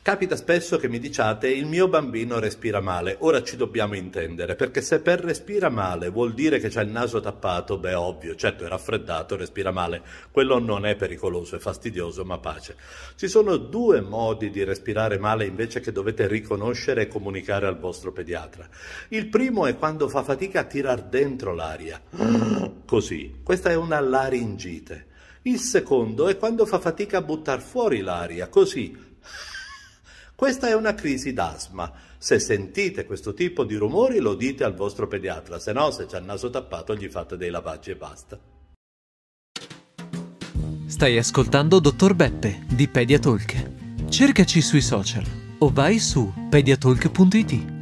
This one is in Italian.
Capita spesso che mi diciate il mio bambino respira male, ora ci dobbiamo intendere, perché se per respira male vuol dire che c'ha il naso tappato, beh ovvio, certo è raffreddato, respira male, quello non è pericoloso, è fastidioso, ma pace. Ci sono due modi di respirare male invece che dovete riconoscere e comunicare al vostro pediatra. Il primo è quando fa fatica a tirar dentro l'aria, così, questa è una laringite. Il secondo è quando fa fatica a buttar fuori l'aria, così. Questa è una crisi d'asma. Se sentite questo tipo di rumori lo dite al vostro pediatra, se no, se c'ha il naso tappato gli fate dei lavaggi e basta. Stai ascoltando Dottor Beppe di Pediatalk. Cercaci sui social o vai su pediatalk.it.